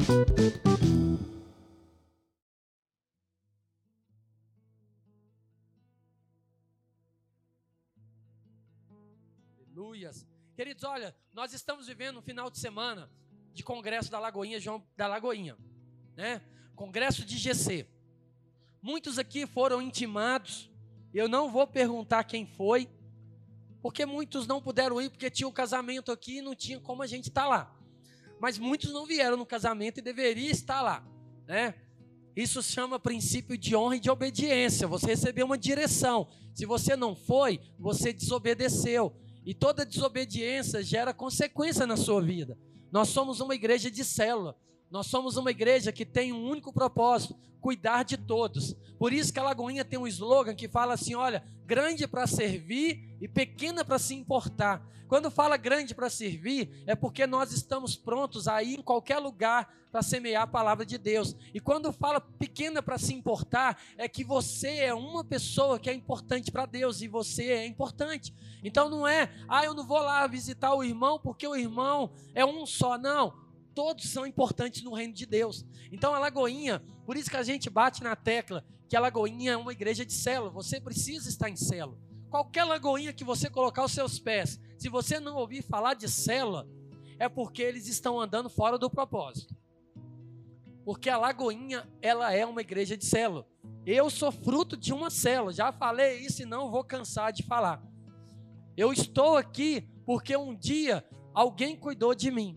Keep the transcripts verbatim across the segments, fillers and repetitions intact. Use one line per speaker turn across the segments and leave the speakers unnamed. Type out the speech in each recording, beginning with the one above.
Aleluias. Queridos, olha, nós estamos vivendo um final de semana de congresso da Lagoinha, João da Lagoinha, né? Congresso de G C. Muitos aqui foram intimados. Eu não vou perguntar quem foi, porque muitos não puderam ir, porque tinha o casamento aqui e não tinha como a gente estar lá. Mas muitos não vieram no casamento e deveriam estar lá, né? Isso se chama princípio de honra e de obediência. Você recebeu uma direção. Se você não foi, você desobedeceu. E toda desobediência gera consequência na sua vida. Nós somos uma igreja de célula. Nós somos uma igreja que tem um único propósito: cuidar de todos. Por isso que a Lagoinha tem um slogan que fala assim, olha, grande para servir e pequena para se importar. Quando fala grande para servir, é porque nós estamos prontos a ir em qualquer lugar para semear a palavra de Deus. E quando fala pequena para se importar, é que você é uma pessoa que é importante para Deus e você é importante. Então não é, ah, eu não vou lá visitar o irmão porque o irmão é um só, não. Todos são importantes no reino de Deus. Então a Lagoinha, por isso que a gente bate na tecla que a Lagoinha é uma igreja de célula. Você precisa estar em célula. Qualquer Lagoinha que você colocar os seus pés, se você não ouvir falar de célula, é porque eles estão andando fora do propósito. Porque a Lagoinha, ela é uma igreja de célula. Eu sou fruto de uma célula. Já falei isso e não vou cansar de falar. Eu estou aqui porque um dia alguém cuidou de mim.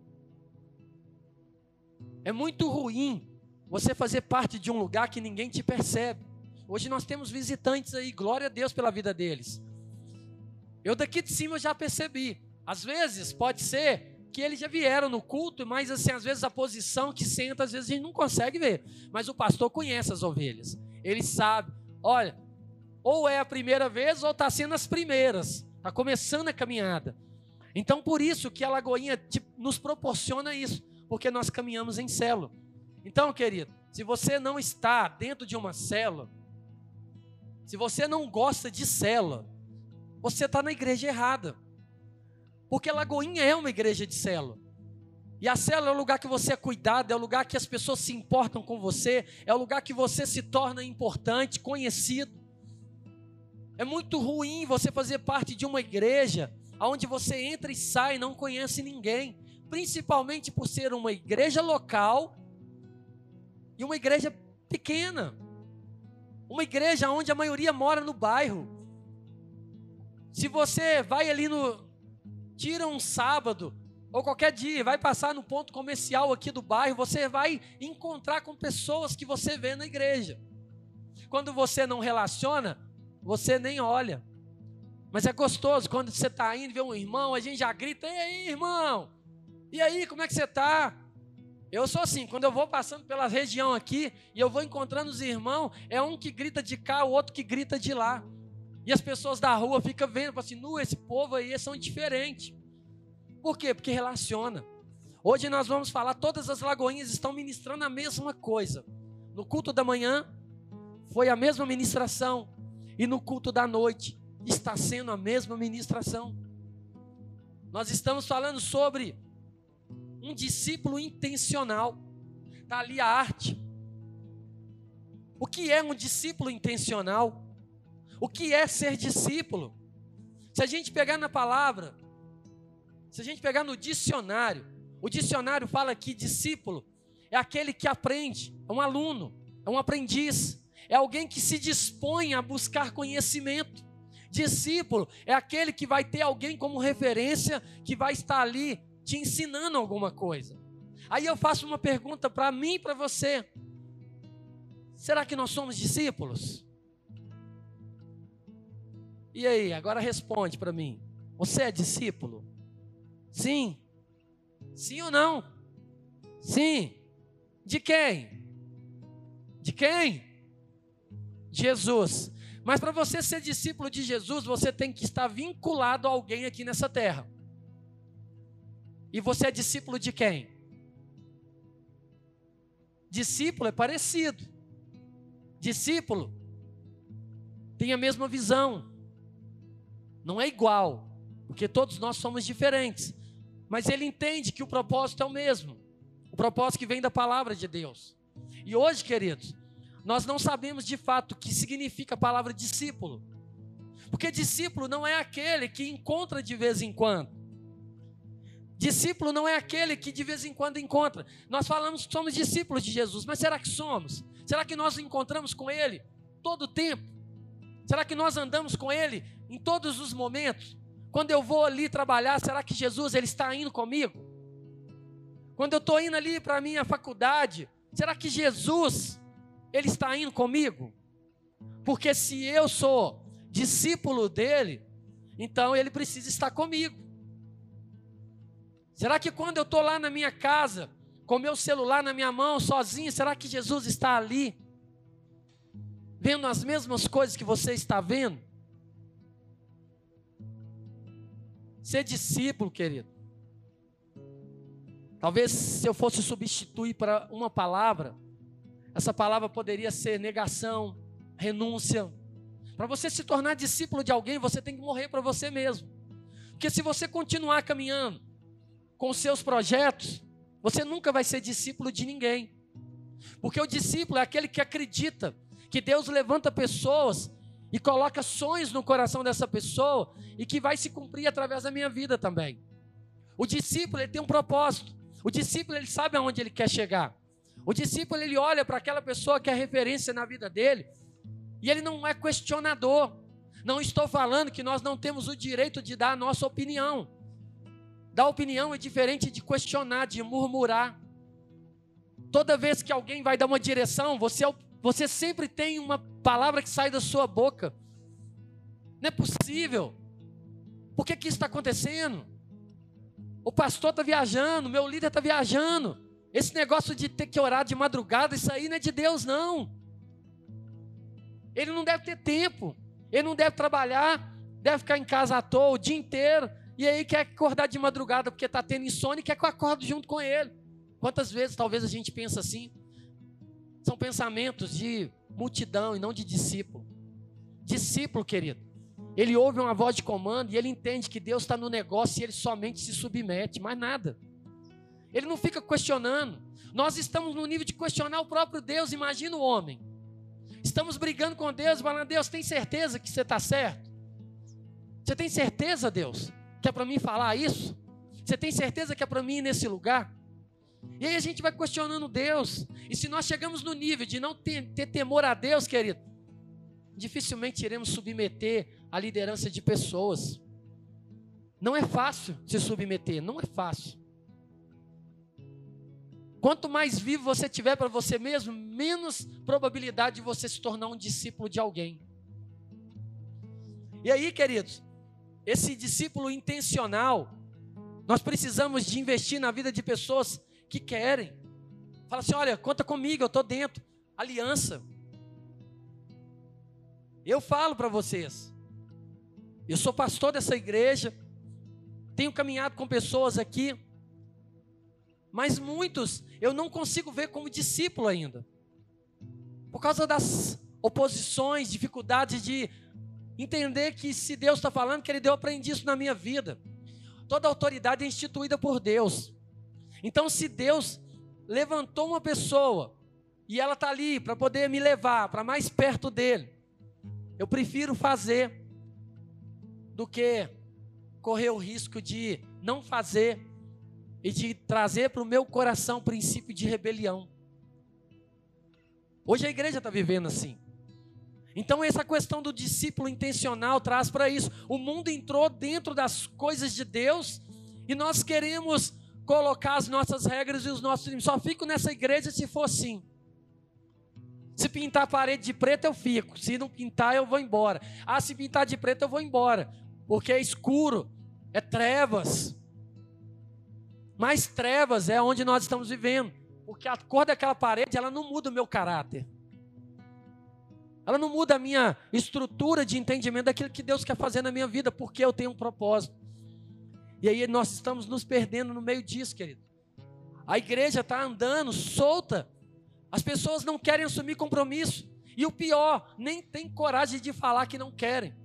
É muito ruim você fazer parte de um lugar que ninguém te percebe. Hoje nós temos visitantes aí, glória a Deus pela vida deles. Eu daqui de cima já percebi. Às vezes pode ser que eles já vieram no culto, mas assim, às vezes a posição que senta, às vezes a gente não consegue ver. Mas o pastor conhece as ovelhas. Ele sabe, olha, ou é a primeira vez ou está sendo as primeiras. Está começando a caminhada. Então por isso que a Lagoinha tipo, nos proporciona isso. Porque nós caminhamos em célula. Então, querido, se você não está dentro de uma célula, se você não gosta de célula, você está na igreja errada. Porque a Lagoinha é uma igreja de célula. E a célula é o lugar que você é cuidado, é o lugar que as pessoas se importam com você, é o lugar que você se torna importante, conhecido. É muito ruim você fazer parte de uma igreja onde você entra e sai e não conhece ninguém. Principalmente por ser uma igreja local e uma igreja pequena. Uma igreja onde a maioria mora no bairro. Se você vai ali no... tira um sábado ou qualquer dia, vai passar no ponto comercial aqui do bairro, você vai encontrar com pessoas que você vê na igreja. Quando você não relaciona, você nem olha. Mas é gostoso, quando você está indo ver um irmão, a gente já grita, ei aí, irmão! E aí, como é que você está? Eu sou assim, quando eu vou passando pela região aqui e eu vou encontrando os irmãos, é um que grita de cá, o outro que grita de lá. E as pessoas da rua ficam vendo, falam assim, nu, esse povo aí são diferentes. Por quê? Porque relaciona. Hoje nós vamos falar, todas as Lagoinhas estão ministrando a mesma coisa. No culto da manhã, foi a mesma ministração. E no culto da noite, está sendo a mesma ministração. Nós estamos falando sobre um discípulo intencional. Está ali a arte. O que é um discípulo intencional? O que é ser discípulo? Se a gente pegar na palavra, se a gente pegar no dicionário, o dicionário fala que discípulo é aquele que aprende, é um aluno, é um aprendiz, é alguém que se dispõe a buscar conhecimento. Discípulo é aquele que vai ter alguém como referência, que vai estar ali te ensinando alguma coisa. Aí eu faço uma pergunta para mim e para você. Será que nós somos discípulos? E aí, agora responde para mim. Você é discípulo? Sim. Sim ou não? Sim. De quem? De quem? Jesus. Mas para você ser discípulo de Jesus, você tem que estar vinculado a alguém aqui nessa terra. E você é discípulo de quem? Discípulo é parecido. Discípulo tem a mesma visão. Não é igual, porque todos nós somos diferentes. Mas ele entende que o propósito é o mesmo. O propósito que vem da palavra de Deus. E hoje, queridos, nós não sabemos de fato o que significa a palavra discípulo. Porque discípulo não é aquele que encontra de vez em quando. Discípulo não é aquele que de vez em quando encontra. Nós falamos que somos discípulos de Jesus, mas será que somos? Será que nós encontramos com Ele todo o tempo? Será que nós andamos com Ele em todos os momentos? Quando eu vou ali trabalhar, será que Jesus ele está indo comigo? Quando eu estou indo ali para a minha faculdade, será que Jesus ele está indo comigo? Porque se eu sou discípulo dele, então ele precisa estar comigo. Será que quando eu estou lá na minha casa, com meu celular na minha mão, sozinho, será que Jesus está ali, vendo as mesmas coisas que você está vendo? Ser discípulo, querido. Talvez se eu fosse substituir para uma palavra, essa palavra poderia ser negação, renúncia. Para você se tornar discípulo de alguém, você tem que morrer para você mesmo. Porque se você continuar caminhando com os seus projetos, você nunca vai ser discípulo de ninguém. Porque o discípulo é aquele que acredita que Deus levanta pessoas e coloca sonhos no coração dessa pessoa e que vai se cumprir através da minha vida também. O discípulo ele tem um propósito. O discípulo ele sabe aonde ele quer chegar. O discípulo ele olha para aquela pessoa que é referência na vida dele e ele não é questionador. Não estou falando que nós não temos o direito de dar a nossa opinião. Dar opinião é diferente de questionar, de murmurar. Toda vez que alguém vai dar uma direção, você, você sempre tem uma palavra que sai da sua boca. Não é possível. Por que que isso está acontecendo? O pastor está viajando, meu líder está viajando. Esse negócio de ter que orar de madrugada, isso aí não é de Deus, não. Ele não deve ter tempo. Ele não deve trabalhar, deve ficar em casa à toa o dia inteiro. E aí quer acordar de madrugada porque está tendo insônia e quer que eu acorde junto com ele. Quantas vezes talvez a gente pensa assim? São pensamentos de multidão e não de discípulo. Discípulo, querido, ele ouve uma voz de comando e ele entende que Deus está no negócio e ele somente se submete, mais nada. Ele não fica questionando. Nós estamos no nível de questionar o próprio Deus, imagina o homem. Estamos brigando com Deus, falando, Deus, tem certeza que você está certo? Você tem certeza, Deus, que é para mim falar isso? Você tem certeza que é para mim ir nesse lugar? E aí a gente vai questionando Deus. E se nós chegamos no nível de não ter, ter temor a Deus, querido, dificilmente iremos submeter a liderança de pessoas. Não é fácil se submeter, não é fácil. Quanto mais vivo você tiver para você mesmo, menos probabilidade de você se tornar um discípulo de alguém. E aí, queridos, esse discípulo intencional, nós precisamos de investir na vida de pessoas que querem. Fala assim, olha, conta comigo, eu estou dentro. Aliança. Eu falo para vocês, eu sou pastor dessa igreja, tenho caminhado com pessoas aqui, mas muitos eu não consigo ver como discípulo ainda. Por causa das oposições, dificuldades de entender que se Deus está falando, que Ele deu, eu aprendi isso na minha vida. Toda autoridade é instituída por Deus. Então se Deus levantou uma pessoa e ela está ali para poder me levar para mais perto dEle, eu prefiro fazer do que correr o risco de não fazer e de trazer para o meu coração o princípio de rebelião. Hoje a igreja está vivendo assim. Então essa questão do discípulo intencional traz para isso. O mundo entrou dentro das coisas de Deus e nós queremos colocar as nossas regras e os nossos limites. Só fico nessa igreja se for assim. Se pintar a parede de preto eu fico, se não pintar eu vou embora. Ah, se pintar de preto eu vou embora, porque é escuro, é trevas. Mas trevas é onde nós estamos vivendo, porque a cor daquela parede ela não muda o meu caráter. Ela não muda a minha estrutura de entendimento daquilo que Deus quer fazer na minha vida, porque eu tenho um propósito. E aí nós estamos nos perdendo no meio disso, querido. A igreja está andando solta, as pessoas não querem assumir compromisso, e o pior, nem tem coragem de falar que não querem.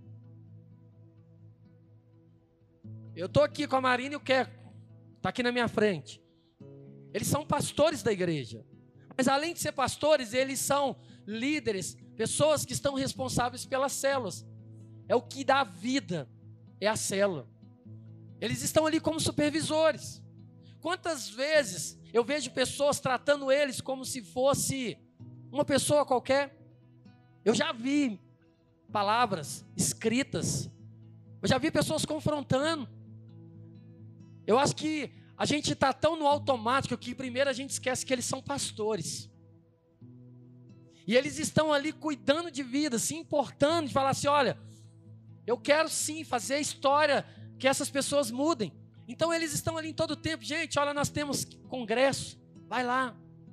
Eu estou aqui com a Marina e o Queco, está aqui na minha frente. Eles são pastores da igreja. Mas além de ser pastores, eles são líderes, pessoas que estão responsáveis pelas células. É o que dá vida, é a célula. Eles estão ali como supervisores. Quantas vezes eu vejo pessoas tratando eles como se fosse uma pessoa qualquer? Eu já vi palavras escritas, eu já vi pessoas confrontando. Eu acho que a gente está tão no automático que primeiro a gente esquece que eles são pastores. E eles estão ali cuidando de vida, se importando, de falar assim, olha, eu quero sim fazer a história que essas pessoas mudem. Então eles estão ali em todo o tempo. Gente, olha, nós temos congresso, vai lá.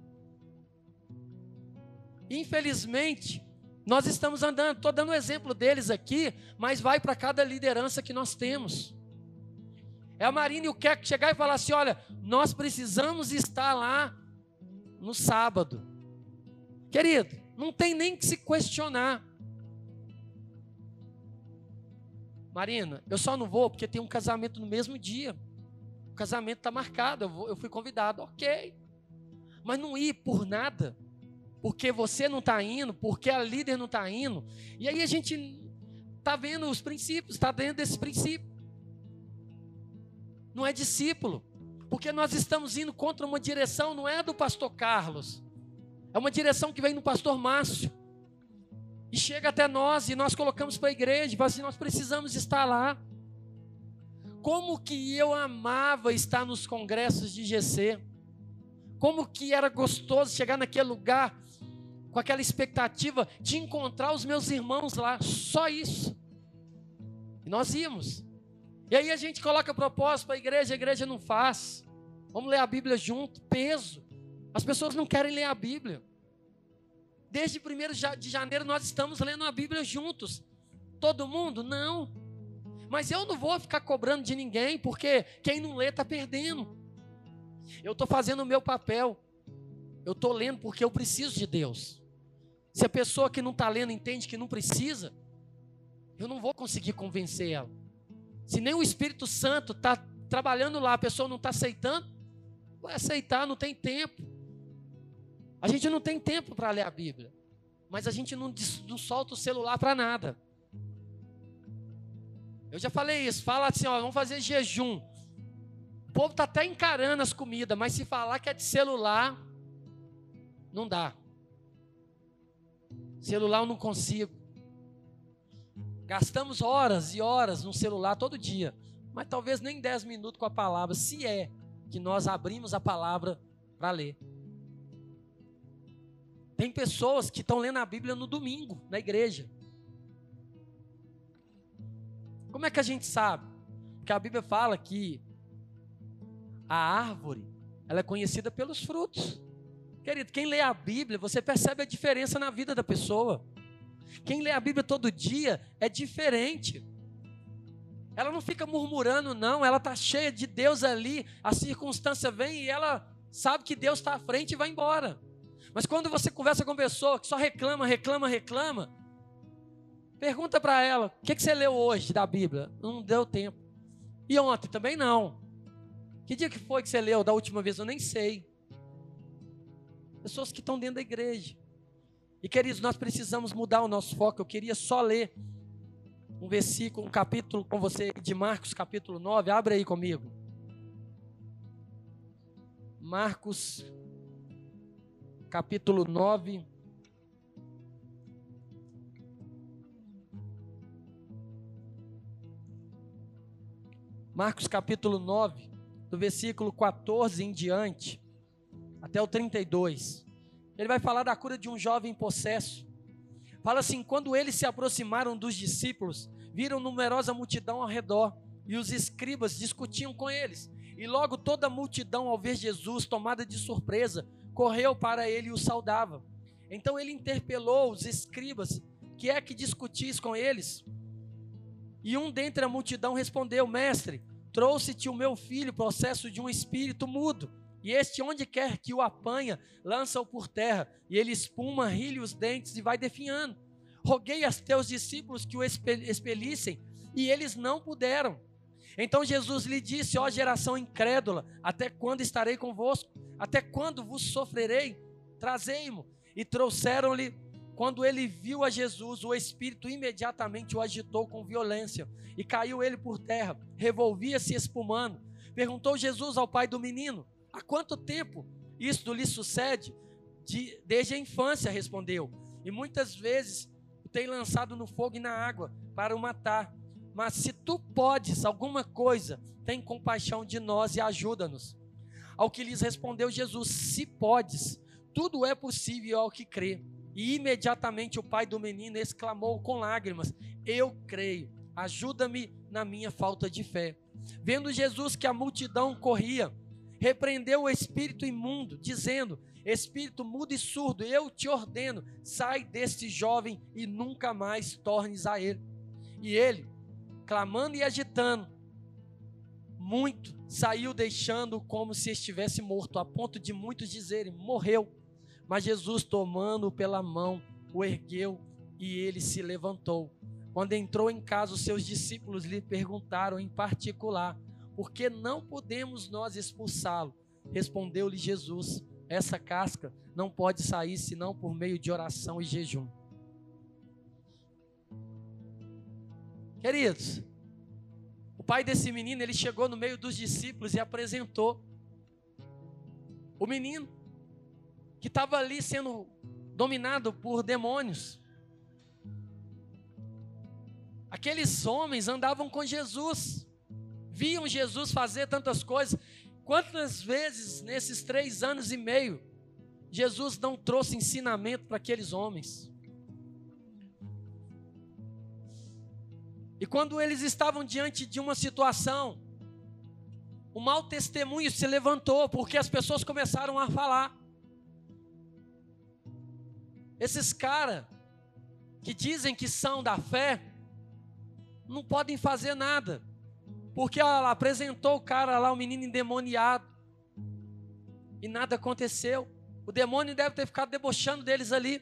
Infelizmente, nós estamos andando, estou dando o exemplo deles aqui, mas vai para cada liderança que nós temos. É a Marina e o Keco chegar e falar assim, olha, nós precisamos estar lá no sábado. Querido, não tem nem que se questionar. Marina, eu só não vou porque tem um casamento no mesmo dia. O casamento está marcado, eu, vou, eu fui convidado, ok. Mas não ir por nada, porque você não está indo, porque a líder não está indo. E aí a gente está vendo os princípios, está dentro desse princípio. Não é discípulo, porque nós estamos indo contra uma direção, não é do pastor Carlos. É uma direção que vem do pastor Márcio. E chega até nós, e nós colocamos para a igreja, e fala assim, nós precisamos estar lá. Como que eu amava estar nos congressos de G C. Como que era gostoso chegar naquele lugar, com aquela expectativa de encontrar os meus irmãos lá, só isso. E nós íamos. E aí a gente coloca propósito para a igreja, a igreja não faz. Vamos ler a Bíblia junto, peso. As pessoas não querem ler a Bíblia. Desde primeiro de janeiro nós estamos lendo a Bíblia juntos. Todo mundo? Não. Mas eu não vou ficar cobrando de ninguém, porque quem não lê está perdendo. Eu estou fazendo o meu papel. Eu estou lendo porque eu preciso de Deus. Se a pessoa que não está lendo entende que não precisa, eu não vou conseguir convencer ela. Se nem o Espírito Santo está trabalhando lá, a pessoa não está aceitando, vai aceitar, não tem tempo. A gente não tem tempo para ler a Bíblia, mas a gente não, não solta o celular para nada. Eu já falei isso, fala assim, ó, vamos fazer jejum. O povo está até encarando as comidas, mas se falar que é de celular, não dá. Celular eu não consigo. Gastamos horas e horas no celular todo dia, mas talvez nem dez minutos com a palavra, se é que nós abrimos a palavra para ler. Tem pessoas que estão lendo a Bíblia no domingo, na igreja. Como é que a gente sabe? Porque a Bíblia fala que a árvore, ela é conhecida pelos frutos. Querido, quem lê a Bíblia, você percebe a diferença na vida da pessoa. Quem lê a Bíblia todo dia é diferente. Ela não fica murmurando, não. Ela está cheia de Deus ali. A circunstância vem e ela sabe que Deus está à frente e vai embora. Mas quando você conversa com uma pessoa que só reclama, reclama, reclama, pergunta para ela, o que, que você leu hoje da Bíblia? Não deu tempo. E ontem também não. Que dia que foi que você leu da última vez? Eu nem sei. Pessoas que estão dentro da igreja. E queridos, nós precisamos mudar o nosso foco. Eu queria só ler um versículo, um capítulo com você de Marcos capítulo nove. Abre aí comigo. Marcos capítulo nove. Marcos capítulo nove, do versículo quatorze em diante, até o trinta e dois. Ele vai falar da cura de um jovem possesso. Fala assim, quando eles se aproximaram dos discípulos, viram numerosa multidão ao redor, e os escribas discutiam com eles. E logo toda a multidão, ao ver Jesus, tomada de surpresa, correu para ele e o saudava. Então ele interpelou os escribas, que é que discutis com eles? E um dentre a multidão respondeu, mestre, trouxe-te o meu filho, possesso de um espírito mudo. E este, onde quer que o apanha, lança-o por terra, e ele espuma, ri-lhe os dentes e vai definhando. Roguei a teus discípulos que o expelissem, e eles não puderam. Então Jesus lhe disse: ó geração incrédula, até quando estarei convosco? Até quando vos sofrerei? Trazei-mo. E trouxeram-lhe. Quando ele viu a Jesus, o Espírito imediatamente o agitou com violência, e caiu ele por terra, revolvia-se espumando. Perguntou Jesus ao pai do menino: há quanto tempo isto lhe sucede? De, desde a infância, respondeu. E muitas vezes o tem lançado no fogo e na água para o matar. Mas se tu podes alguma coisa, tem compaixão de nós e ajuda-nos. Ao que lhes respondeu Jesus: se podes, tudo é possível ao que crê. E imediatamente o pai do menino exclamou com lágrimas: eu creio, ajuda-me na minha falta de fé. Vendo Jesus que a multidão corria, repreendeu o espírito imundo, dizendo: espírito mudo e surdo, eu te ordeno, sai deste jovem e nunca mais tornes a ele. E ele, clamando e agitando muito, saiu deixando como se estivesse morto, a ponto de muitos dizerem: morreu. Mas Jesus, tomando-o pela mão, o ergueu e ele se levantou. Quando entrou em casa, os seus discípulos lhe perguntaram em particular: por que não podemos nós expulsá-lo? Respondeu-lhe Jesus: essa casca não pode sair senão por meio de oração e jejum. Queridos, o pai desse menino, ele chegou no meio dos discípulos e apresentou o menino que estava ali sendo dominado por demônios. Aqueles homens andavam com Jesus, viam Jesus fazer tantas coisas. Quantas vezes nesses três anos e meio Jesus não trouxe ensinamento para aqueles homens? E quando eles estavam diante de uma situação, o mau testemunho se levantou, porque as pessoas começaram a falar: esses caras que dizem que são da fé, não podem fazer nada, porque ela apresentou o cara lá, o menino endemoniado, e nada aconteceu. O demônio deve ter ficado debochando deles ali,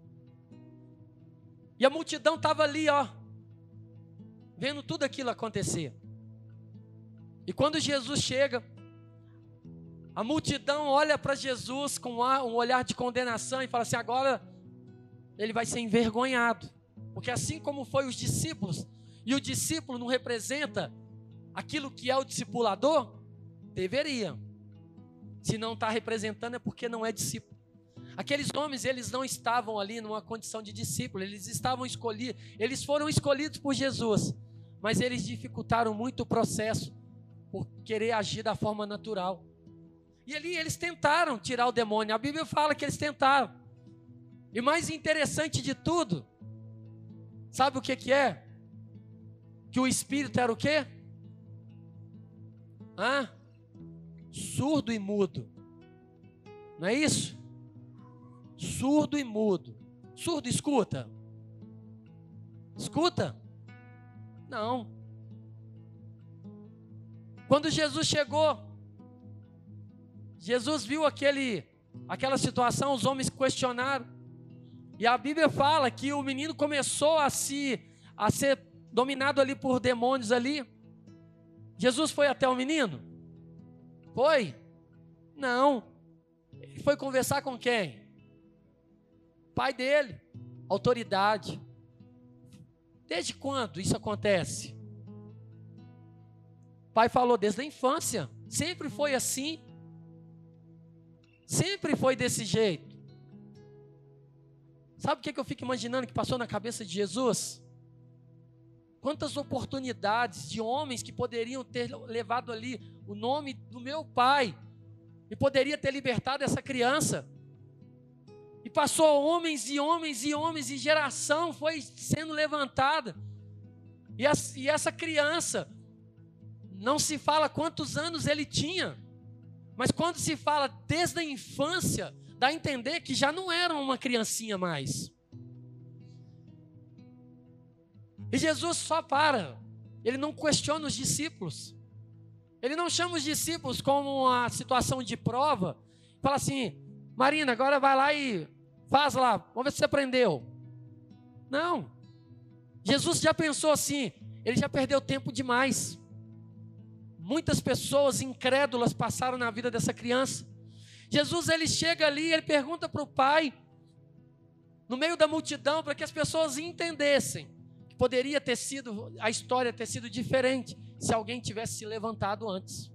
e a multidão estava ali, ó, vendo tudo aquilo acontecer. E quando Jesus chega, a multidão olha para Jesus com um olhar de condenação e fala assim: agora ele vai ser envergonhado, porque assim como foi os discípulos, e o discípulo não representa aquilo que é o discipulador, deveria. Se não está representando é porque não é discípulo. Aqueles homens, eles não estavam ali numa condição de discípulo, eles estavam escolhidos, eles foram escolhidos por Jesus, mas eles dificultaram muito o processo, por querer agir da forma natural. E ali eles tentaram tirar o demônio, a Bíblia fala que eles tentaram. E mais interessante de tudo, sabe o que que é? Que o espírito era o quê? Hã? Surdo e mudo. Não é isso? Surdo e mudo. Surdo escuta? Escuta? Não. Quando Jesus chegou, Jesus viu aquele, aquela situação, os homens questionaram. E a Bíblia fala que o menino começou a, se, a ser dominado ali por demônios ali. Jesus foi até o menino? Foi? Não. Ele foi conversar com quem? Pai dele. Autoridade. Desde quando isso acontece? O pai falou: desde a infância. Sempre foi assim. Sempre foi desse jeito. Sabe o que eu fico imaginando que passou na cabeça de Jesus? Quantas oportunidades de homens que poderiam ter levado ali o nome do meu pai e poderia ter libertado essa criança. E passou homens e homens e homens e geração foi sendo levantada. E, a, e essa criança, não se fala quantos anos ele tinha, mas quando se fala desde a infância, dá a entender que já não era uma criancinha mais. E Jesus só para, ele não questiona os discípulos, ele não chama os discípulos como uma situação de prova, fala assim: Marina, agora vai lá e faz lá, vamos ver se você aprendeu. Não, Jesus já pensou assim, ele já perdeu tempo demais, Muitas pessoas incrédulas passaram na vida dessa criança. Jesus, ele chega ali, ele pergunta para o pai, no meio da multidão, para que as pessoas entendessem que poderia ter sido, a história ter sido diferente, se alguém tivesse se levantado antes.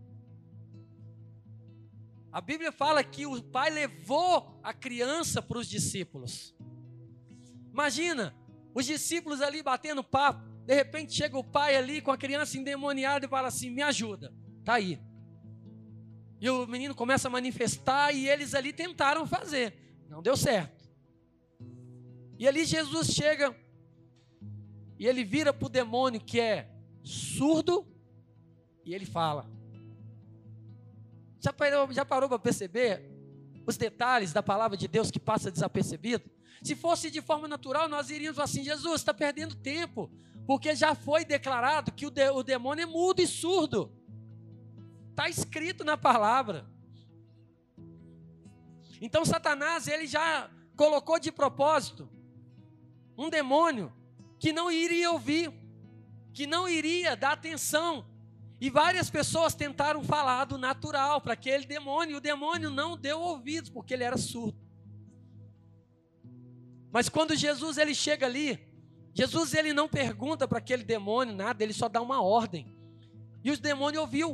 A Bíblia fala que o pai levou a criança para os discípulos. Imagina, os discípulos ali batendo papo, de repente chega o pai ali com a criança endemoniada e fala assim, me ajuda, tá aí. E o menino começa a manifestar e eles ali tentaram fazer, não deu certo. E ali Jesus chega e ele vira para o demônio que é surdo e ele fala. Já parou, já parou para perceber os detalhes da palavra de Deus que passa desapercebido? Se fosse de forma natural, nós iríamos falar assim, Jesus, está perdendo tempo, porque já foi declarado que o, de, o demônio é mudo e surdo. Está escrito na palavra. Então Satanás, ele já colocou de propósito um demônio que não iria ouvir, que não iria dar atenção. E várias pessoas tentaram falar do natural para aquele demônio, e o demônio não deu ouvidos, porque ele era surdo. Mas quando Jesus ele chega ali, Jesus ele não pergunta para aquele demônio nada, ele só dá uma ordem. E os demônios ouviu.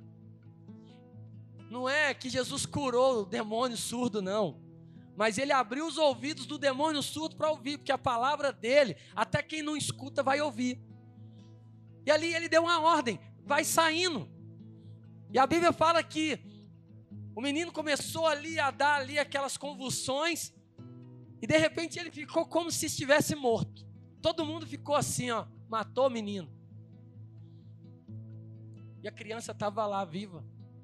Não é que Jesus curou o demônio surdo, não. Mas ele abriu os ouvidos do demônio surdo para ouvir, porque a palavra dele, até quem não escuta vai ouvir. E ali ele deu uma ordem, vai saindo. E a Bíblia fala que o menino começou ali a dar ali aquelas convulsões, e de repente ele ficou como se estivesse morto. Todo mundo ficou assim, ó, matou o menino. E a criança estava lá viva.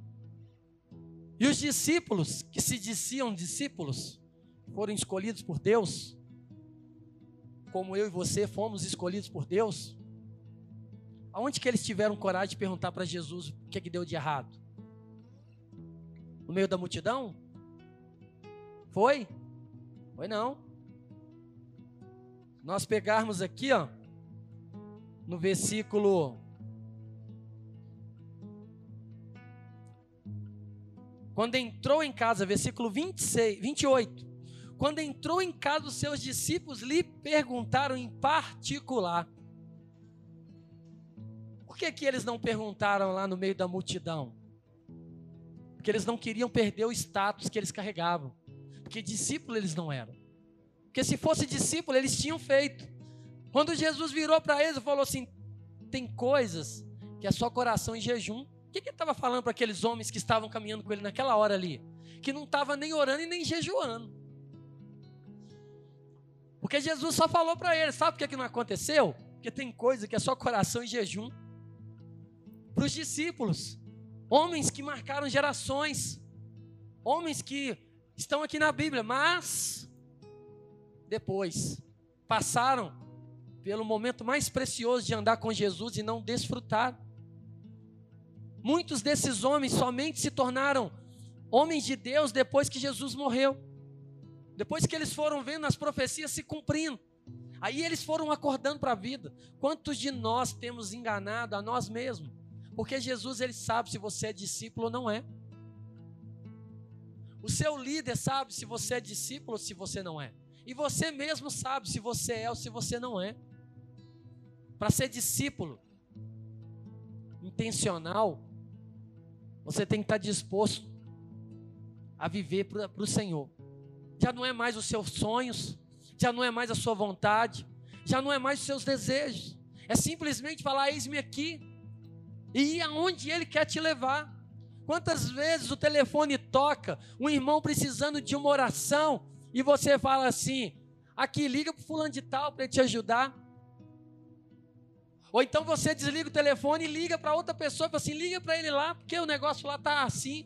E os discípulos, que se diziam discípulos, foram escolhidos por Deus, como eu e você fomos escolhidos por Deus. Aonde que eles tiveram coragem de perguntar para Jesus o que, que deu de errado? No meio da multidão? Foi? Foi não. Nós pegarmos aqui, ó, no versículo... Quando entrou em casa, versículo vinte e seis, vinte e oito. Quando entrou em casa, os seus discípulos lhe perguntaram em particular. Por que que eles não perguntaram lá no meio da multidão? Porque eles não queriam perder o status que eles carregavam. Porque discípulo eles não eram. Porque se fosse discípulo, eles tinham feito. Quando Jesus virou para eles e falou assim, tem coisas que é só coração em jejum. O que, que ele estava falando para aqueles homens que estavam caminhando com ele naquela hora ali? Que não estava nem orando e nem jejuando. Porque Jesus só falou para eles, sabe por que, que não aconteceu? Porque tem coisa que é só coração e jejum. Para os discípulos, homens que marcaram gerações, homens que estão aqui na Bíblia, mas depois passaram pelo momento mais precioso de andar com Jesus e não desfrutaram. Muitos desses homens somente se tornaram homens de Deus depois que Jesus morreu. Depois que eles foram vendo as profecias se cumprindo. Aí eles foram acordando para a vida. Quantos de nós temos enganado a nós mesmos? Porque Jesus, ele sabe se você é discípulo ou não é. O seu líder sabe se você é discípulo ou se você não é. E você mesmo sabe se você é ou se você não é. Para ser discípulo intencional, você tem que estar disposto a viver para o Senhor. Já não é mais os seus sonhos, já não é mais a sua vontade, já não é mais os seus desejos. É simplesmente falar, eis-me aqui, e ir aonde Ele quer te levar. Quantas vezes o telefone toca, um irmão precisando de uma oração, e você fala assim, aqui, liga para o fulano de tal para ele te ajudar. Ou então você desliga o telefone e liga para outra pessoa e fala assim, liga para ele lá, porque o negócio lá está assim.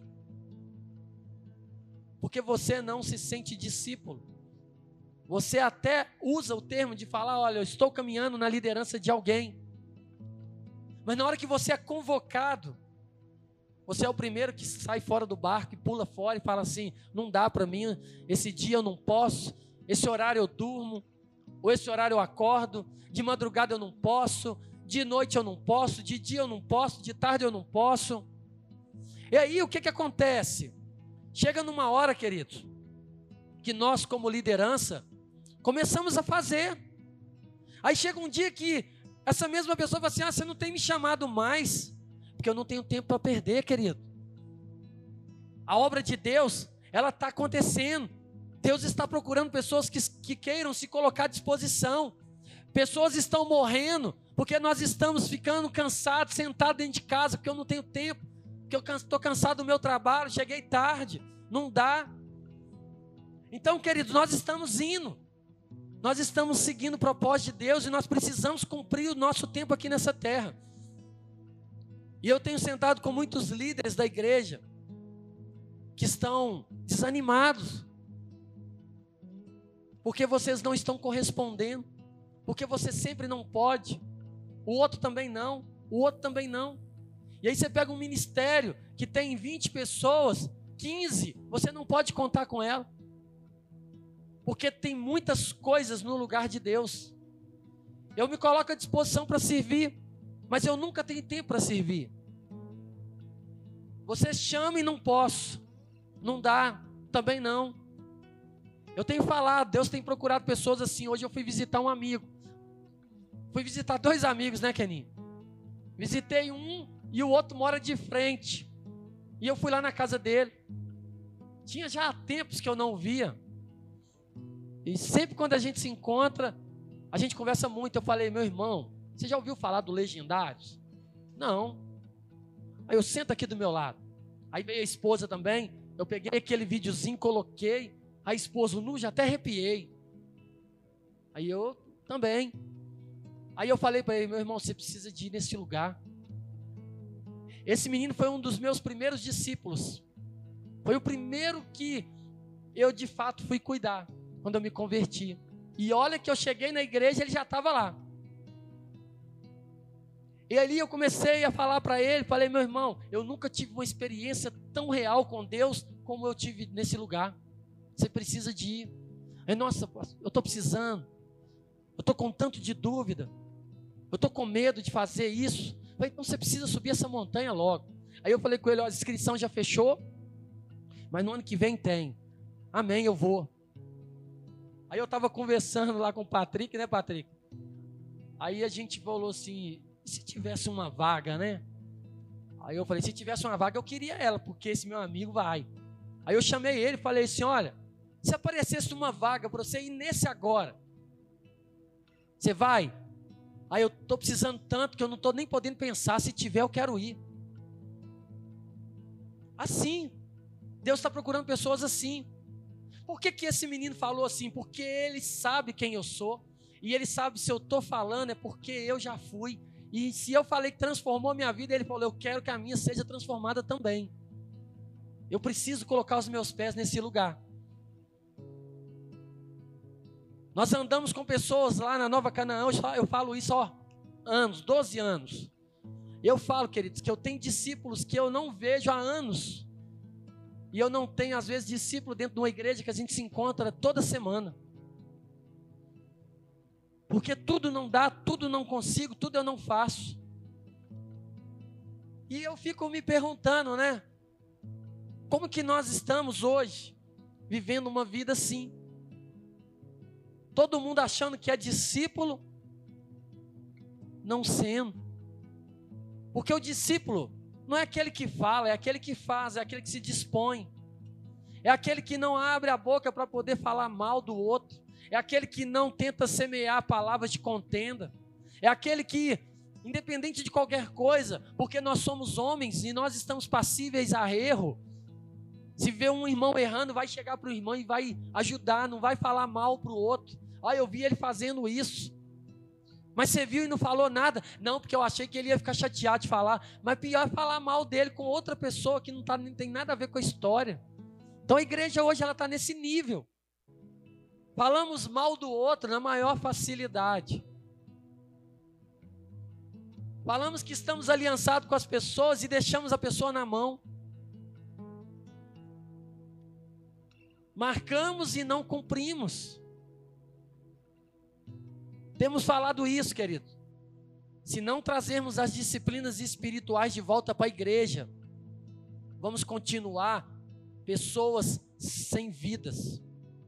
Porque você não se sente discípulo. Você até usa o termo de falar, olha, eu estou caminhando na liderança de alguém. Mas na hora que você é convocado, você é o primeiro que sai fora do barco e pula fora e fala assim, não dá para mim, esse dia eu não posso, esse horário eu durmo, ou esse horário eu acordo, de madrugada eu não posso, de noite eu não posso, de dia eu não posso, de tarde eu não posso. E aí o que que acontece? Chega numa hora, queridos, que nós como liderança começamos a fazer. Aí chega um dia que essa mesma pessoa fala assim: ah, você não tem me chamado mais, porque eu não tenho tempo para perder, querido. A obra de Deus, ela está acontecendo. Deus está procurando pessoas que, que queiram se colocar à disposição. Pessoas estão morrendo porque nós estamos ficando cansados, sentados dentro de casa, porque eu não tenho tempo, porque eu estou cansado do meu trabalho, cheguei tarde, não dá. Então, queridos, nós estamos indo, nós estamos seguindo o propósito de Deus e nós precisamos cumprir o nosso tempo aqui nessa terra. E eu tenho sentado com muitos líderes da igreja que estão desanimados, porque vocês não estão correspondendo, porque você sempre não pode, o outro também não, o outro também não. E aí você pega um ministério que tem vinte pessoas, quinze, você não pode contar com ela, porque tem muitas coisas no lugar de Deus. Eu me coloco à disposição para servir, mas eu nunca tenho tempo para servir. Você chama e não posso, não dá, também não. Eu tenho falado, Deus tem procurado pessoas assim. Hoje eu fui visitar um amigo, fui visitar dois amigos, né, Keninho? Visitei um e o outro mora de frente, e eu fui lá na casa dele. Tinha já tempos que eu não o via, e sempre quando a gente se encontra, a gente conversa muito. Eu falei: meu irmão, você já ouviu falar do Legendários? Não. Aí eu sento aqui do meu lado. Aí veio a esposa também. Eu peguei aquele videozinho, coloquei. A esposa, nu, já até arrepiei. Aí eu também. Aí eu falei para ele: meu irmão, você precisa de ir nesse lugar. Esse menino foi um dos meus primeiros discípulos. Foi o primeiro que eu de fato fui cuidar, quando eu me converti. E olha que eu cheguei na igreja, ele já estava lá. E ali eu comecei a falar para ele, falei: meu irmão, eu nunca tive uma experiência tão real com Deus como eu tive nesse lugar. Você precisa de ir. Aí, nossa, eu estou precisando. Eu estou com tanto de dúvida. Eu estou com medo de fazer isso. Eu falei: então você precisa subir essa montanha logo. Aí eu falei com ele: ó, a inscrição já fechou, mas no ano que vem tem. Amém, eu vou. Aí eu estava conversando lá com o Patrick, né, Patrick? Aí a gente falou assim: se tivesse uma vaga, né? Aí eu falei: se tivesse uma vaga, eu queria ela, porque esse meu amigo vai. Aí eu chamei ele e falei assim: olha, se aparecesse uma vaga para você ir nesse agora, você vai? Aí eu estou precisando tanto que eu não estou nem podendo pensar. Se tiver, eu quero ir. Assim, Deus está procurando pessoas assim. Por que que esse menino falou assim? Porque ele sabe quem eu sou, e ele sabe, se eu estou falando é porque eu já fui. E se eu falei que transformou a minha vida, ele falou: eu quero que a minha seja transformada também. Eu preciso colocar os meus pés nesse lugar. Nós andamos com pessoas lá na Nova Canaã, eu falo isso há anos, doze anos. Eu falo, queridos, que eu tenho discípulos que eu não vejo há anos. E eu não tenho, às vezes, discípulo dentro de uma igreja que a gente se encontra toda semana. Porque tudo não dá, tudo não consigo, tudo eu não faço. E eu fico me perguntando, né? Como que nós estamos hoje vivendo uma vida assim? Todo mundo achando que é discípulo, não sendo. Porque o discípulo não é aquele que fala, é aquele que faz, é aquele que se dispõe. É aquele que não abre a boca para poder falar mal do outro. É aquele que não tenta semear palavras de contenda. É aquele que, independente de qualquer coisa, porque nós somos homens e nós estamos passíveis a erro. Se vê um irmão errando, vai chegar para o irmão e vai ajudar, não vai falar mal para o outro. Ah, eu vi ele fazendo isso. Mas você viu e não falou nada? Não, porque eu achei que ele ia ficar chateado de falar. Mas pior é falar mal dele com outra pessoa que não, tá, não tem nada a ver com a história. Então a igreja hoje ela está nesse nível. Falamos mal do outro na maior facilidade. Falamos que estamos aliançados com as pessoas e deixamos a pessoa na mão. Marcamos e não cumprimos. Temos falado isso, querido. se não trazermos as disciplinas espirituais de volta para a igreja, vamos continuar pessoas sem vidas.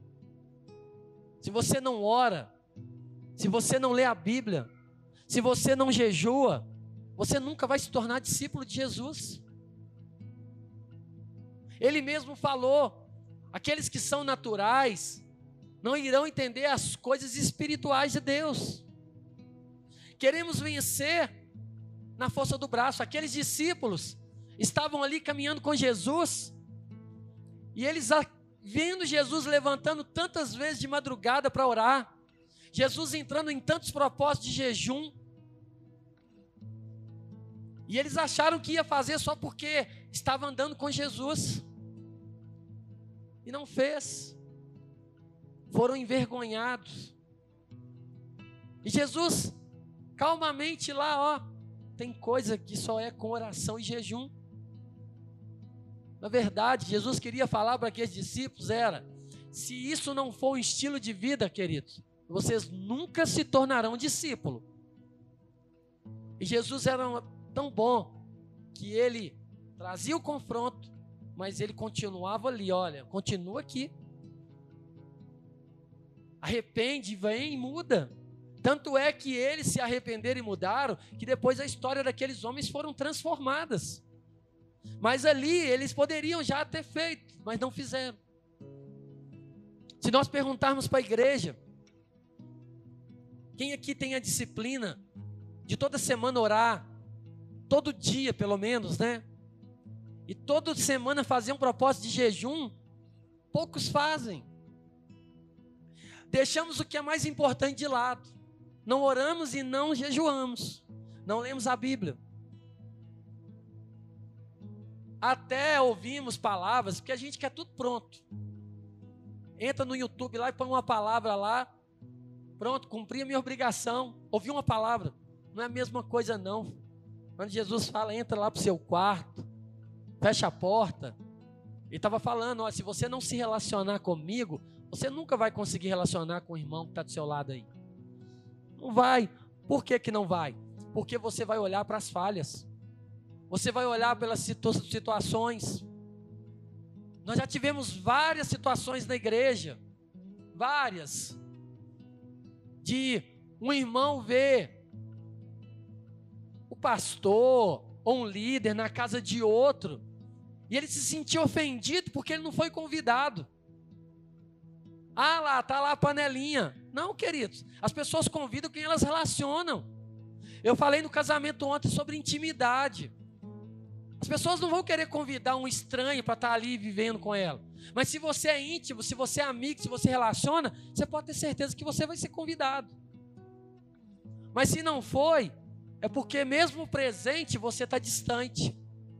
Se você não ora, se você não lê a Bíblia, se você não jejua, você nunca vai se tornar discípulo de Jesus. Ele mesmo falou: aqueles que são naturais não irão entender as coisas espirituais de Deus. Queremos vencer na força do braço. Aqueles discípulos estavam ali caminhando com Jesus, e eles vendo Jesus levantando tantas vezes de madrugada para orar, Jesus entrando em tantos propósitos de jejum, e eles acharam que ia fazer só porque estava andando com Jesus, e não fez. Foram envergonhados. E Jesus calmamente lá, ó, tem coisa que só é com oração e jejum. Na verdade, Jesus queria falar para aqueles discípulos era: se isso não for um estilo de vida, queridos, vocês nunca se tornarão discípulo. E Jesus era tão bom que ele trazia o confronto, mas ele continuava ali: olha, continua aqui. Arrepende, vem e muda. Tanto é que eles se arrependeram e mudaram, que depois a história daqueles homens foram transformadas. Mas ali eles poderiam já ter feito, mas não fizeram. Se nós perguntarmos para a igreja, quem aqui tem a disciplina de toda semana orar, todo dia pelo menos, né? E toda semana fazer um propósito de jejum, poucos fazem. Deixamos o que é mais importante de lado. Não oramos e não jejuamos. Não lemos a Bíblia. Até ouvimos palavras, porque a gente quer tudo pronto. Entra no YouTube lá e põe uma palavra lá. Pronto, cumpri a minha obrigação. Ouvi uma palavra. Não é a mesma coisa não. Quando Jesus fala, entra lá para o seu quarto, fecha a porta. Ele estava falando, ó, se você não se relacionar comigo, você nunca vai conseguir relacionar com o irmão que está do seu lado aí. Não vai. Por que que não vai? Porque você vai olhar para as falhas. Você vai olhar pelas situ- situações. Nós já tivemos várias situações na igreja. Várias. De um irmão ver o pastor ou um líder na casa de outro, e ele se sentiu ofendido porque ele não foi convidado. Ah lá, está lá a panelinha. Não, queridos, as pessoas convidam quem elas relacionam. Eu falei no casamento ontem sobre intimidade. As pessoas não vão querer convidar um estranho para estar ali vivendo com ela. Mas se você é íntimo, se você é amigo, se você relaciona, você pode ter certeza que você vai ser convidado. Mas se não foi, é porque mesmo presente você está distante.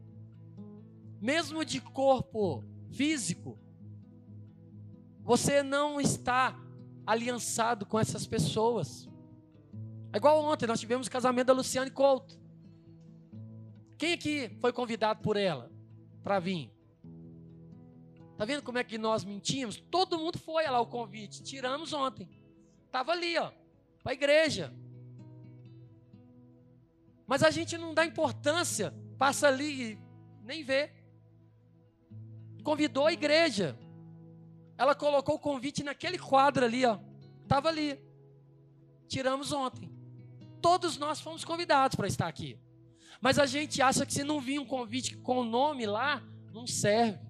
Mesmo de corpo físico, você não está aliançado com essas pessoas. É igual ontem, nós tivemos o casamento da Luciane Couto. Quem aqui foi convidado por ela para vir? Está vendo como é que nós mentimos? Todo mundo foi lá o convite, tiramos ontem. Estava ali, ó, para a igreja. Mas a gente não dá importância, passa ali e nem vê. Convidou a igreja. Ela colocou o convite naquele quadro ali, ó. Estava ali. Tiramos ontem. Todos nós fomos convidados para estar aqui. Mas a gente acha que se não vir um convite com o nome lá, não serve.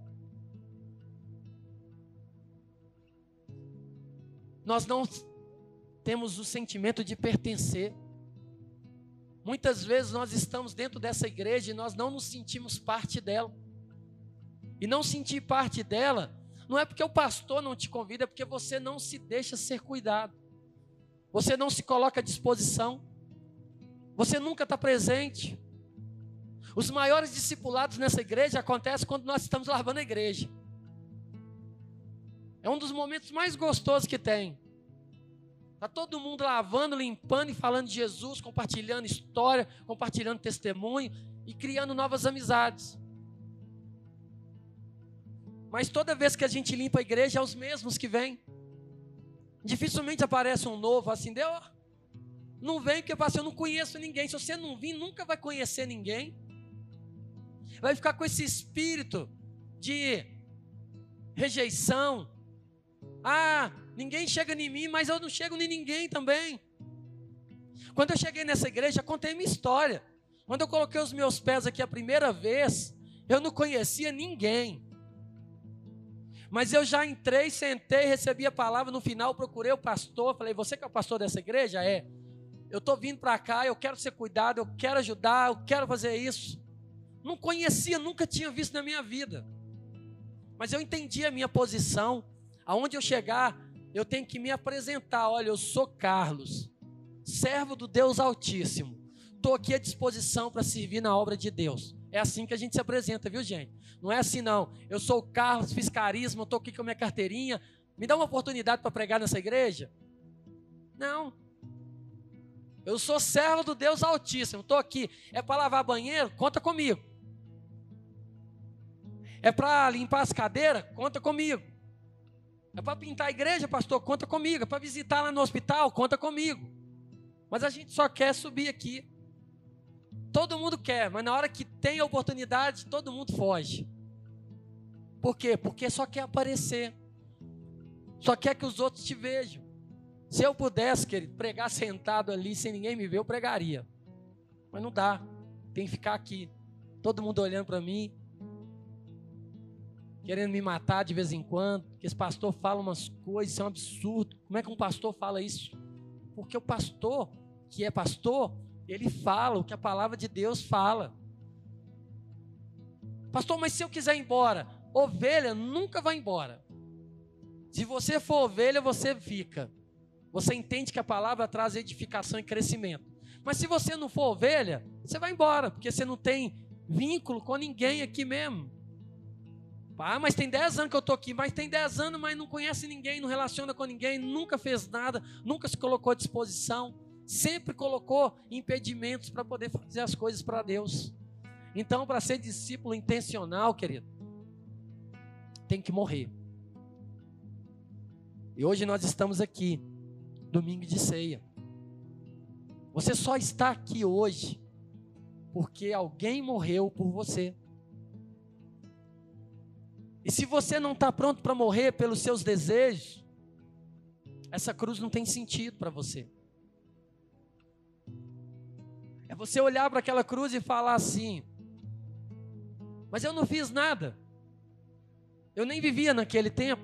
Nós não temos o sentimento de pertencer. Muitas vezes nós estamos dentro dessa igreja e nós não nos sentimos parte dela. E não sentir parte dela não é porque o pastor não te convida, é porque você não se deixa ser cuidado. Você não se coloca à disposição. Você nunca está presente. Os maiores discipulados nessa igreja acontecem quando nós estamos lavando a igreja. É um dos momentos mais gostosos que tem. Está todo mundo lavando, limpando e falando de Jesus, compartilhando história, compartilhando testemunho e criando novas amizades. Mas toda vez que a gente limpa a igreja, é os mesmos que vêm. Dificilmente aparece um novo assim, deu. Não vem porque fala assim, eu não conheço ninguém. Se você não vir, nunca vai conhecer ninguém. Vai ficar com esse espírito de rejeição. Ah, ninguém chega em mim, mas eu não chego em ninguém também. Quando eu cheguei nessa igreja, contei minha história. Quando eu coloquei os meus pés aqui a primeira vez, eu não conhecia ninguém. Mas eu já entrei, sentei, recebi a palavra. No final, procurei o pastor. Falei, você que é o pastor dessa igreja? É. Eu estou vindo para cá, eu quero ser cuidado, eu quero ajudar, eu quero fazer isso. Não conhecia, nunca tinha visto na minha vida. Mas eu entendi a minha posição. Aonde eu chegar, eu tenho que me apresentar. Olha, eu sou Carlos, servo do Deus Altíssimo. Estou aqui à disposição para servir na obra de Deus. É assim que a gente se apresenta, viu, gente? Não é assim, não. Eu sou o Carlos, fiz carisma, estou aqui com a minha carteirinha. Me dá uma oportunidade para pregar nessa igreja? Não. Eu sou servo do Deus Altíssimo. Estou aqui. É para lavar banheiro? Conta comigo. É para limpar as cadeiras? Conta comigo. É para pintar a igreja, pastor? Conta comigo. É para visitar lá no hospital? Conta comigo. Mas a gente só quer subir aqui. Todo mundo quer, mas na hora que tem a oportunidade, todo mundo foge. Por quê? Porque só quer aparecer. Só quer que os outros te vejam. Se eu pudesse, querido, pregar sentado ali, sem ninguém me ver, eu pregaria. Mas não dá. Tem que ficar aqui. Todo mundo olhando para mim. Querendo me matar de vez em quando. Porque esse pastor fala umas coisas, isso é um absurdo. Como é que um pastor fala isso? Porque o pastor, que é pastor, ele fala o que a palavra de Deus fala. Pastor, mas se eu quiser ir embora? Ovelha nunca vai embora. Se você for ovelha, você fica. Você entende que a palavra traz edificação e crescimento. Mas se você não for ovelha, você vai embora, porque você não tem vínculo com ninguém aqui mesmo. Ah, mas tem dez anos que eu estou aqui, mas tem dez anos, mas não conhece ninguém, não relaciona com ninguém, nunca fez nada, nunca se colocou à disposição. Sempre colocou impedimentos para poder fazer as coisas para Deus. Então, para ser discípulo intencional, querido, tem que morrer. E hoje nós estamos aqui, domingo de ceia. Você só está aqui hoje porque alguém morreu por você. E se você não está pronto para morrer pelos seus desejos, essa cruz não tem sentido para você. É você olhar para aquela cruz e falar assim, mas eu não fiz nada. Eu nem vivia naquele tempo.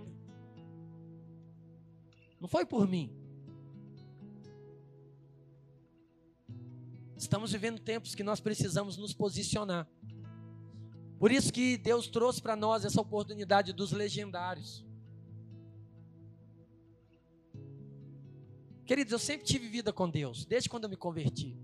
Não foi por mim. Estamos vivendo tempos que nós precisamos nos posicionar. Por isso que Deus trouxe para nós essa oportunidade dos legendários. Queridos, eu sempre tive vida com Deus, desde quando eu me converti.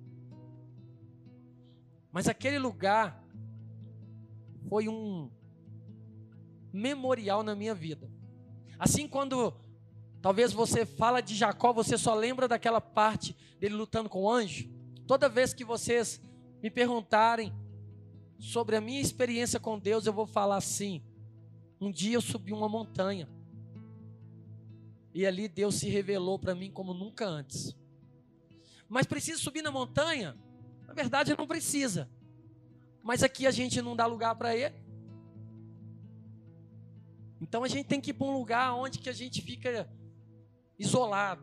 Mas aquele lugar foi um memorial na minha vida. Assim, quando talvez você fala de Jacó, você só lembra daquela parte dele lutando com o anjo. Toda vez que vocês me perguntarem sobre a minha experiência com Deus, eu vou falar assim: um dia eu subi uma montanha e ali Deus se revelou para mim como nunca antes. Mas precisa subir na montanha? Na verdade não precisa, mas aqui a gente não dá lugar para ele. Então a gente tem que ir para um lugar onde que a gente fica isolado.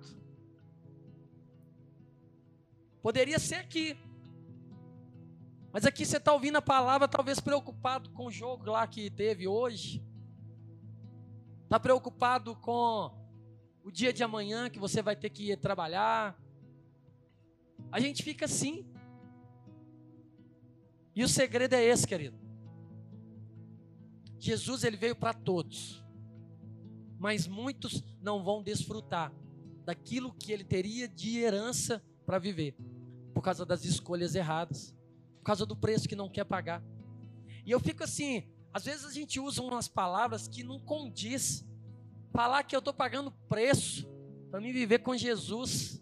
Poderia ser aqui, mas aqui você está ouvindo a palavra, talvez preocupado com o jogo lá que teve hoje. Está preocupado com o dia de amanhã que você vai ter que ir trabalhar. A gente fica assim. E o segredo é esse, querido. Jesus, ele veio para todos. Mas muitos não vão desfrutar daquilo que ele teria de herança para viver. Por causa das escolhas erradas. Por causa do preço que não quer pagar. E eu fico assim, às vezes a gente usa umas palavras que não condiz. Falar que eu estou pagando preço para me viver com Jesus.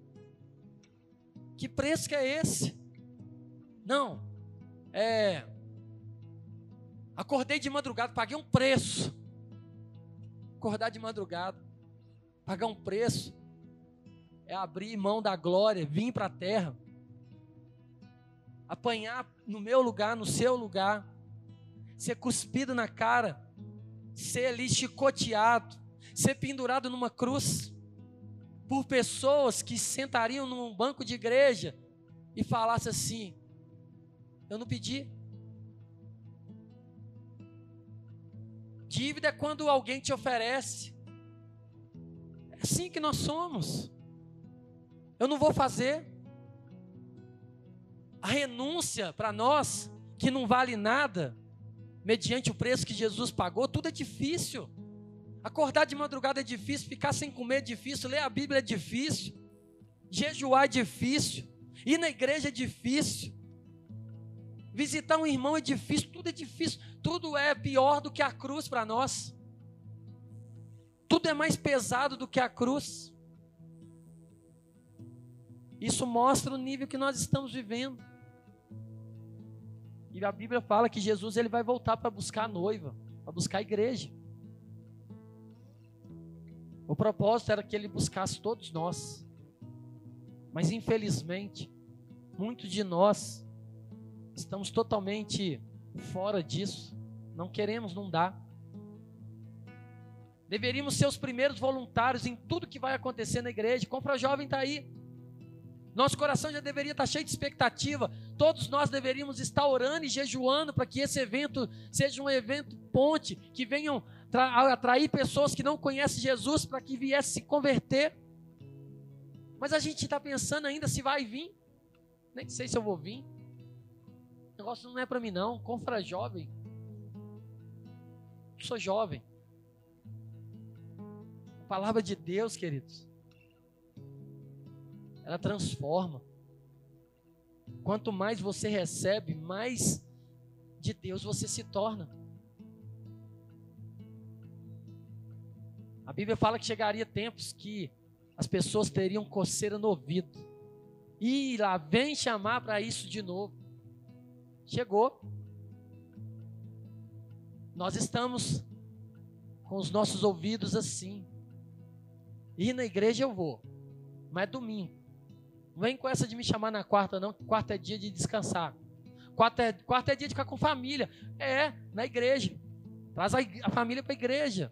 Que preço que é esse? Não, é... Acordei de madrugada, paguei um preço. Acordar de madrugada, pagar um preço. é abrir mão da glória, vir para a terra, apanhar no meu lugar, no seu lugar, ser cuspido na cara, ser ali chicoteado, ser pendurado numa cruz, por pessoas que sentariam num banco de igreja e falassem assim: eu não pedi. Dívida é quando alguém te oferece. É assim que nós somos. Eu não vou fazer. A renúncia para nós, que não vale nada, mediante o preço que Jesus pagou, tudo é difícil. Acordar de madrugada é difícil, ficar sem comer é difícil, ler a Bíblia é difícil, jejuar é difícil, ir na igreja é difícil, visitar um irmão é difícil, tudo é difícil, tudo é pior do que a cruz para nós. Tudo é mais pesado do que a cruz. Isso mostra o nível que nós estamos vivendo. E a Bíblia fala que Jesus ele vai voltar para buscar a noiva, para buscar a igreja. O propósito era que ele buscasse todos nós. Mas infelizmente, muitos de nós estamos totalmente fora disso. Não queremos, não dá. Deveríamos ser os primeiros voluntários em tudo que vai acontecer na igreja. Confra Jovem está aí. Nosso coração já deveria estar cheio de expectativa. Todos nós deveríamos estar orando e jejuando para que esse evento seja um evento ponte, que venham atrair pessoas que não conhecem Jesus para que viessem se converter. Mas a gente está pensando ainda se vai vir. Nem sei se eu vou vir. O negócio não é para mim não. Confra Jovem. Eu sou jovem. A palavra de Deus, queridos, ela transforma. Quanto mais você recebe, mais de Deus você se torna. A Bíblia fala que chegaria tempos que as pessoas teriam coceira no ouvido. E lá vem chamar para isso de novo. Chegou. Nós estamos com os nossos ouvidos assim. Ir na igreja eu vou, mas é domingo. Não vem com essa de me chamar na quarta não, que quarta é dia de descansar. Quarta é, quarta é dia de ficar com família. É, na igreja. Traz a, a família para a igreja.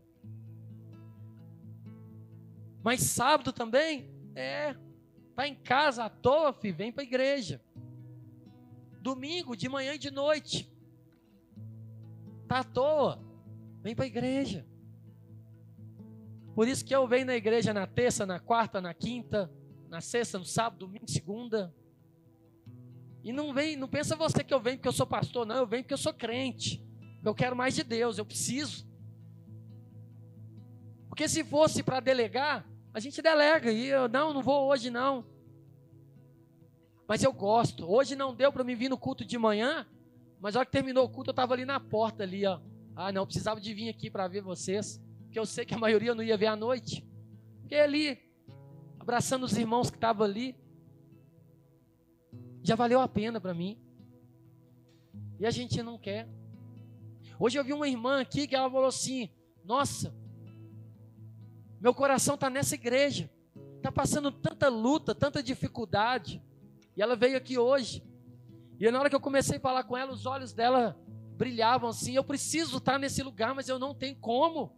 Mas sábado também? É. Tá em casa à toa, filho, vem para a igreja. Domingo, de manhã e de noite. Tá à toa, vem para a igreja. Por isso que eu venho na igreja na terça, na quarta, na quinta, na sexta, no sábado, domingo, segunda. E não vem, não pensa você que eu venho porque eu sou pastor, não, eu venho porque eu sou crente. Eu quero mais de Deus, eu preciso. Porque se fosse para delegar, a gente delega, e eu não, não vou hoje não. Mas eu gosto. Hoje não deu para me vir no culto de manhã, mas na hora que terminou o culto eu estava ali na porta ali, ó. Ah, não, eu precisava de vir aqui para ver vocês, porque eu sei que a maioria não ia ver à noite. Porque ali, abraçando os irmãos que estavam ali, já valeu a pena para mim. E a gente não quer. Hoje eu vi uma irmã aqui que ela falou assim: nossa, meu coração está nessa igreja, está passando tanta luta, tanta dificuldade. E ela veio aqui hoje. E na hora que eu comecei a falar com ela, os olhos dela brilhavam assim. Eu preciso estar nesse lugar, mas eu não tenho como.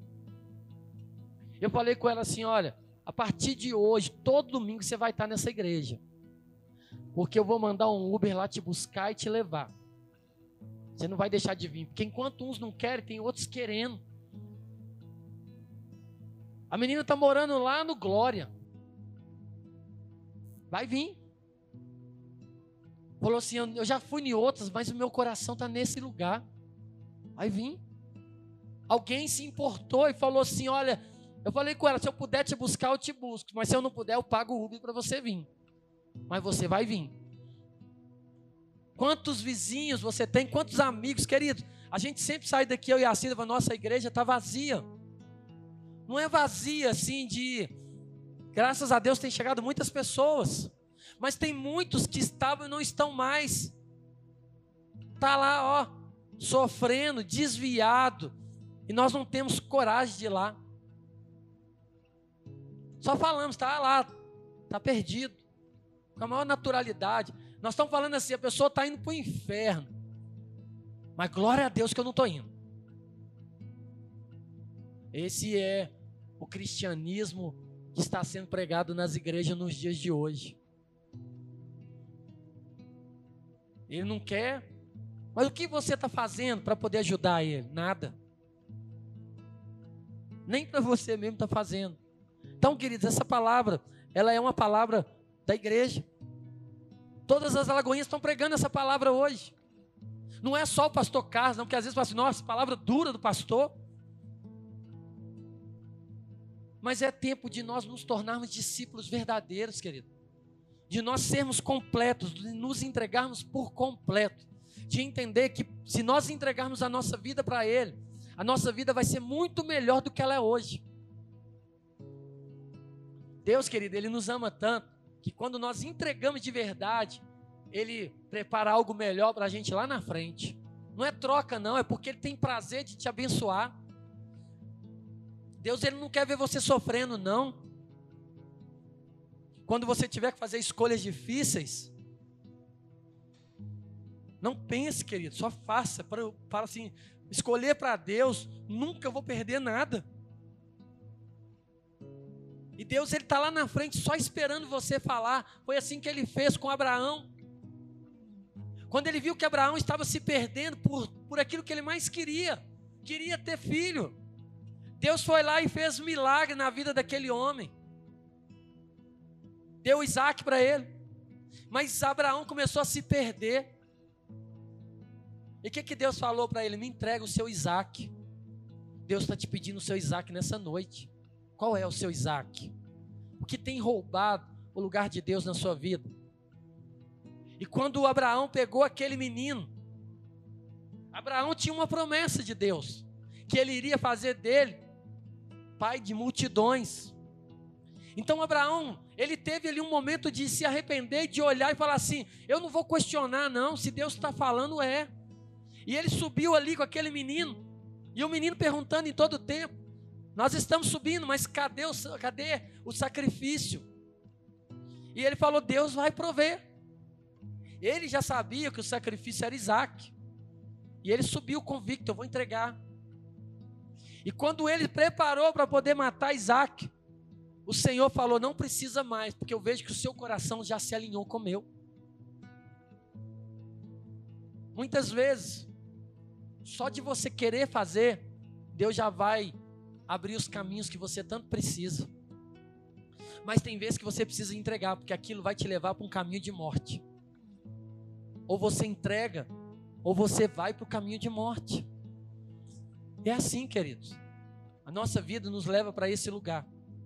Eu falei com ela assim: olha, a partir de hoje, todo domingo você vai estar nessa igreja. Porque eu vou mandar um Uber lá te buscar e te levar. Você não vai deixar de vir. Porque enquanto uns não querem, tem outros querendo. A menina está morando lá no Glória. Vai vir. Falou assim: eu já fui em outras, mas o meu coração está nesse lugar. Vai vir. Alguém se importou e falou assim: olha, eu falei com ela, se eu puder te buscar, eu te busco. Mas se eu não puder, eu pago o Uber para você vir. Mas você vai vir. Quantos vizinhos você tem? Quantos amigos, querido? A gente sempre sai daqui, eu e a Cida, a nossa igreja está vazia. Não é vazia assim de... Graças a Deus tem chegado muitas pessoas. Mas tem muitos que estavam e não estão mais. Está lá, ó, sofrendo, desviado. E nós não temos coragem de ir lá. Só falamos, está lá, está perdido, com a maior naturalidade. Nós estamos falando assim, a pessoa está indo para o inferno, mas glória a Deus que eu não estou indo. Esse é o cristianismo que está sendo pregado nas igrejas nos dias de hoje. Ele não quer, mas o que você está fazendo para poder ajudar ele? Nada. Nem para você mesmo está fazendo. Então, queridos, essa palavra, ela é uma palavra da igreja. Todas as alagoinhas estão pregando essa palavra hoje. Não é só o pastor Carlos, não, porque às vezes fala assim, nossa, palavra dura do pastor. Mas é tempo de nós nos tornarmos discípulos verdadeiros, querido. De nós sermos completos, de nos entregarmos por completo. De entender que se nós entregarmos a nossa vida para Ele, a nossa vida vai ser muito melhor do que ela é hoje. Deus, querido, Ele nos ama tanto, que quando nós entregamos de verdade, Ele prepara algo melhor para a gente lá na frente. Não é troca não, é porque Ele tem prazer de te abençoar. Deus, Ele não quer ver você sofrendo não. Quando você tiver que fazer escolhas difíceis, não pense, querido, só faça, para, para assim, escolher para Deus, nunca vou perder nada. E Deus, Ele está lá na frente só esperando você falar. Foi assim que Ele fez com Abraão. Quando Ele viu que Abraão estava se perdendo por, por aquilo que ele mais queria, queria ter filho, Deus foi lá e fez um milagre na vida daquele homem. Deu Isaac para ele. Mas Abraão começou a se perder. E o que, que Deus falou para ele? Me entrega o seu Isaac. Deus está te pedindo o seu Isaac nessa noite. Qual é o seu Isaac? O que tem roubado o lugar de Deus na sua vida? E quando Abraão pegou aquele menino, Abraão tinha uma promessa de Deus, que ele iria fazer dele pai de multidões. Então Abraão, ele teve ali um momento de se arrepender, de olhar e falar assim, eu não vou questionar não, se Deus está falando é. E ele subiu ali com aquele menino, e o menino perguntando em todo o tempo, nós estamos subindo, mas cadê o, cadê o sacrifício? E ele falou, Deus vai prover. Ele já sabia que o sacrifício era Isaac, e ele subiu convicto, eu vou entregar. E quando ele preparou para poder matar Isaac, o Senhor falou, não precisa mais, porque eu vejo que o seu coração já se alinhou com o meu. Muitas vezes, só de você querer fazer, Deus já vai abrir os caminhos que você tanto precisa. Mas tem vezes que você precisa entregar, porque aquilo vai te levar para um caminho de morte. Ou você entrega, ou você vai para o caminho de morte. É assim, queridos. A nossa vida nos leva para esse lugar.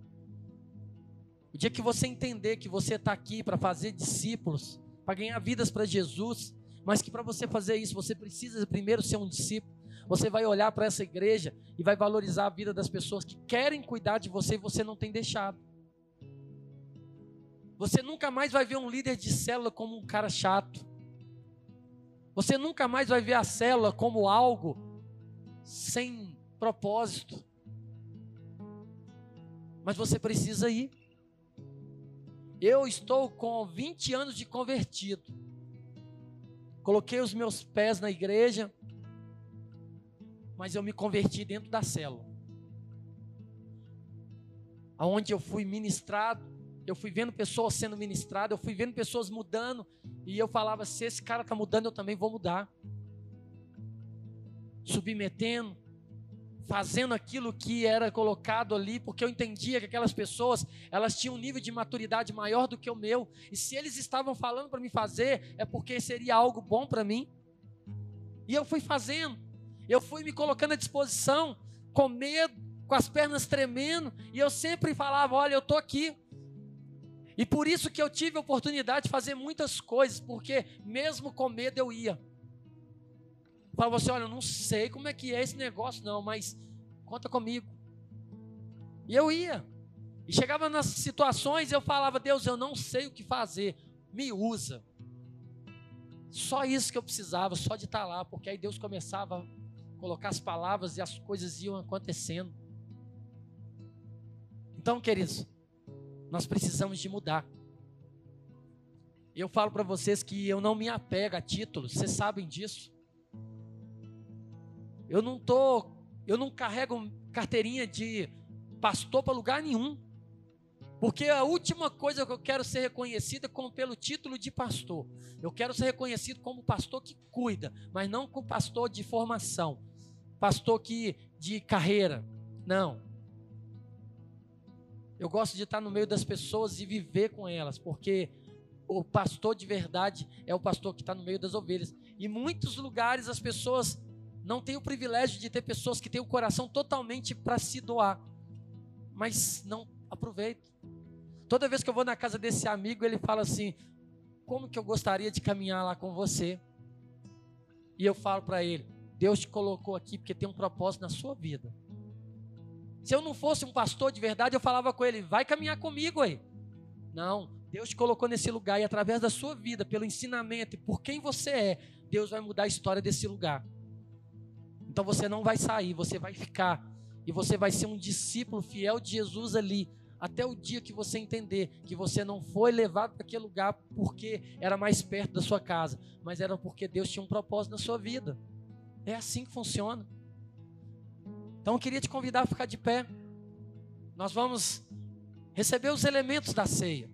O dia que você entender que você está aqui para fazer discípulos, para ganhar vidas para Jesus, mas que para você fazer isso, você precisa primeiro ser um discípulo. Você vai olhar para essa igreja e vai valorizar a vida das pessoas que querem cuidar de você e você não tem deixado. Você nunca mais vai ver um líder de célula como um cara chato. Você nunca mais vai ver a célula como algo sem propósito. Mas você precisa ir. Eu estou com vinte anos de convertido. Coloquei os meus pés na igreja, mas eu me converti dentro da célula. Aonde eu fui ministrado, eu fui vendo pessoas sendo ministradas, eu fui vendo pessoas mudando, e eu falava, se esse cara está mudando, eu também vou mudar. Submetendo, fazendo aquilo que era colocado ali, porque eu entendia que aquelas pessoas, elas tinham um nível de maturidade maior do que o meu, e se eles estavam falando para me fazer, é porque seria algo bom para mim. E eu fui fazendo, eu fui me colocando à disposição, com medo, com as pernas tremendo, e eu sempre falava, olha, eu estou aqui. E por isso que eu tive a oportunidade de fazer muitas coisas, porque mesmo com medo eu ia. Falava assim, olha, eu não sei como é que é esse negócio não, mas conta comigo. E eu ia. E chegava nas situações, eu falava, Deus, eu não sei o que fazer, me usa. Só isso que eu precisava, só de estar lá, porque aí Deus começava a colocar as palavras e as coisas iam acontecendo. Então, queridos, Nós precisamos de mudar. Eu falo para vocês que eu não me apego a títulos, vocês sabem disso. Eu não tô, eu não carrego carteirinha de pastor para lugar nenhum. Porque a última coisa que eu quero ser reconhecido é como pelo título de pastor. Eu quero ser reconhecido como pastor que cuida, mas não como pastor de formação, pastor que de carreira. Não. Eu gosto de estar no meio das pessoas e viver com elas, porque o pastor de verdade é o pastor que está no meio das ovelhas. Em muitos lugares as pessoas não têm o privilégio de ter pessoas que têm o coração totalmente para se doar, mas não aproveitam. Toda vez que eu vou na casa desse amigo, ele fala assim: como que eu gostaria de caminhar lá com você? E eu falo para ele: Deus te colocou aqui porque tem um propósito na sua vida. Se eu não fosse um pastor de verdade, eu falava com ele: vai caminhar comigo aí. Não, Deus te colocou nesse lugar e através da sua vida, pelo ensinamento e por quem você é, Deus vai mudar a história desse lugar. Então você não vai sair, você vai ficar e você vai ser um discípulo fiel de Jesus ali, até o dia que você entender que você não foi levado para aquele lugar porque era mais perto da sua casa, mas era porque Deus tinha um propósito na sua vida. É assim que funciona. Então eu queria te convidar a ficar de pé. Nós vamos receber os elementos da ceia.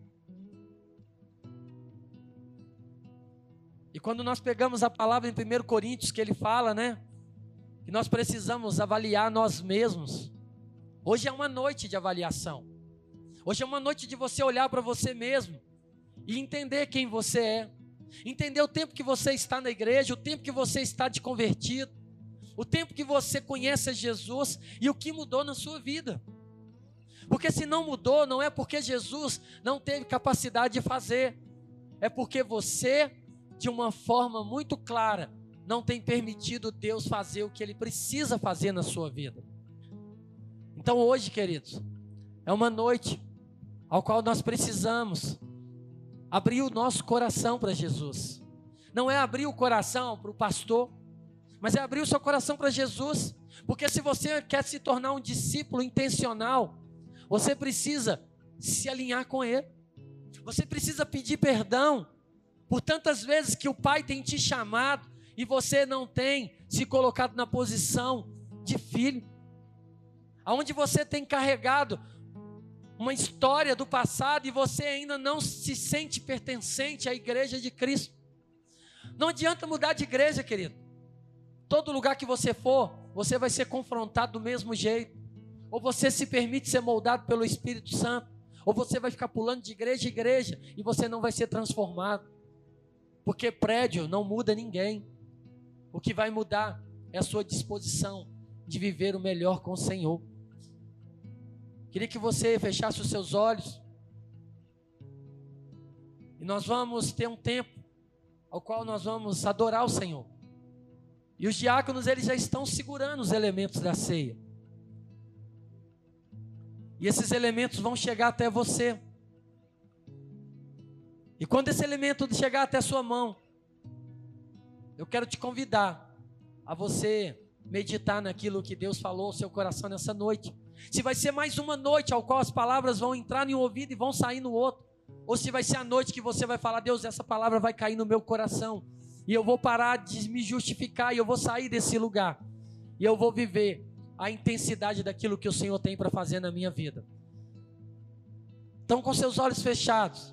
E quando nós pegamos a palavra em primeiro Coríntios, que ele fala, né, que nós precisamos avaliar nós mesmos. Hoje é uma noite de avaliação. Hoje é uma noite de você olhar para você mesmo e entender quem você é. Entender o tempo que você está na igreja, o tempo que você está de convertido, o tempo que você conhece a Jesus e o que mudou na sua vida. Porque se não mudou, não é porque Jesus não teve capacidade de fazer, é porque você, de uma forma muito clara, não tem permitido Deus fazer o que Ele precisa fazer na sua vida. Então hoje, queridos, é uma noite ao qual nós precisamos abrir o nosso coração para Jesus. Não é abrir o coração para o pastor, mas é abrir o seu coração para Jesus. Porque se você quer se tornar um discípulo intencional, você precisa se alinhar com Ele. Você precisa pedir perdão por tantas vezes que o Pai tem te chamado e você não tem se colocado na posição de filho. Aonde você tem carregado uma história do passado e você ainda não se sente pertencente à igreja de Cristo. Não adianta mudar de igreja, querido. Todo lugar que você for, você vai ser confrontado do mesmo jeito. Ou você se permite ser moldado pelo Espírito Santo, ou você vai ficar pulando de igreja em igreja e você não vai ser transformado. Porque prédio não muda ninguém. O que vai mudar é a sua disposição de viver o melhor com o Senhor. Queria que você fechasse os seus olhos. E nós vamos ter um tempo ao qual nós vamos adorar o Senhor. E os diáconos, eles já estão segurando os elementos da ceia. E esses elementos vão chegar até você. E quando esse elemento chegar até a sua mão, eu quero te convidar a você meditar naquilo que Deus falou ao seu coração nessa noite. Se vai ser mais uma noite ao qual as palavras vão entrar em um ouvido e vão sair no outro, ou se vai ser a noite que você vai falar: Deus, essa palavra vai cair no meu coração e eu vou parar de me justificar e eu vou sair desse lugar e eu vou viver a intensidade daquilo que o Senhor tem para fazer na minha vida. Então, com seus olhos fechados,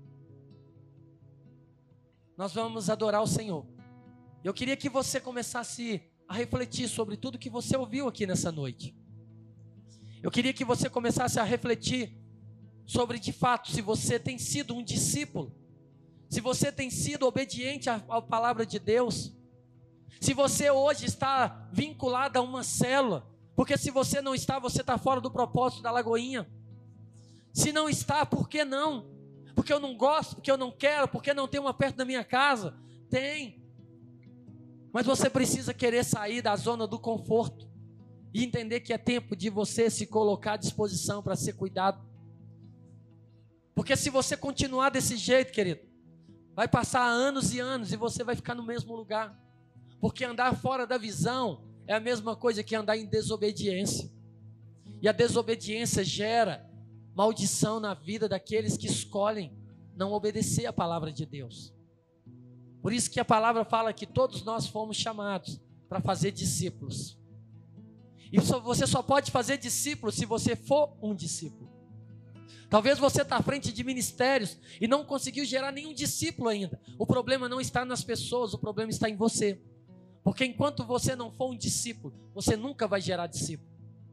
nós vamos adorar o Senhor. Eu queria que você começasse a refletir sobre tudo que você ouviu aqui nessa noite. Eu queria que você começasse a refletir sobre, de fato, se você tem sido um discípulo, se você tem sido obediente à, à palavra de Deus, se você hoje está vinculado a uma célula, porque se você não está, você está fora do propósito da Lagoinha. Se não está, por que não? Porque eu não gosto, porque eu não quero, porque não tem uma perto da minha casa. Tem. Mas você precisa querer sair da zona do conforto e entender que é tempo de você se colocar à disposição para ser cuidado. Porque se você continuar desse jeito, querido, vai passar anos e anos e você vai ficar no mesmo lugar. Porque andar fora da visão é a mesma coisa que andar em desobediência. E a desobediência gera maldição na vida daqueles que escolhem não obedecer a palavra de Deus. Por isso que a palavra fala que todos nós fomos chamados para fazer discípulos. E só, você só pode fazer discípulo se você for um discípulo. Talvez você está à frente de ministérios e não conseguiu gerar nenhum discípulo ainda. O problema não está nas pessoas, o problema está em você. Porque enquanto você não for um discípulo, você nunca vai gerar discípulo.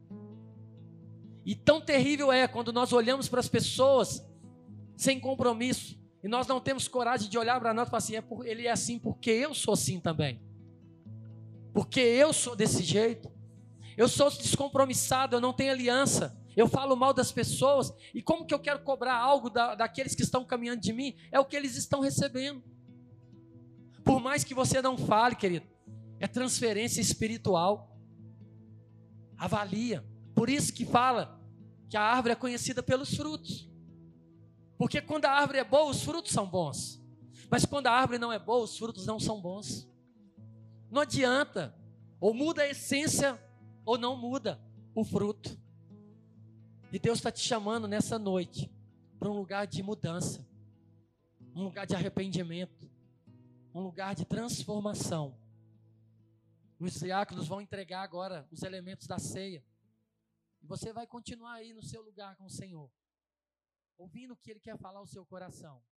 E tão terrível é quando nós olhamos para as pessoas sem compromisso e nós não temos coragem de olhar para nós e falar assim, é por, ele é assim porque eu sou assim também. Porque eu sou desse jeito. Eu sou descompromissado, eu não tenho aliança. Eu falo mal das pessoas. E como que eu quero cobrar algo da, daqueles que estão caminhando de mim? É o que eles estão recebendo. Por mais que você não fale, querido, é transferência espiritual. Avalia. Por isso que fala que a árvore é conhecida pelos frutos. Porque quando a árvore é boa, os frutos são bons. Mas quando a árvore não é boa, os frutos não são bons. Não adianta. Ou muda a essência, ou não muda o fruto. E Deus está te chamando nessa noite para um lugar de mudança. Um lugar de arrependimento. Um lugar de transformação. Os diáconos vão entregar agora os elementos da ceia. E você vai continuar aí no seu lugar com o Senhor, ouvindo o que Ele quer falar ao seu coração.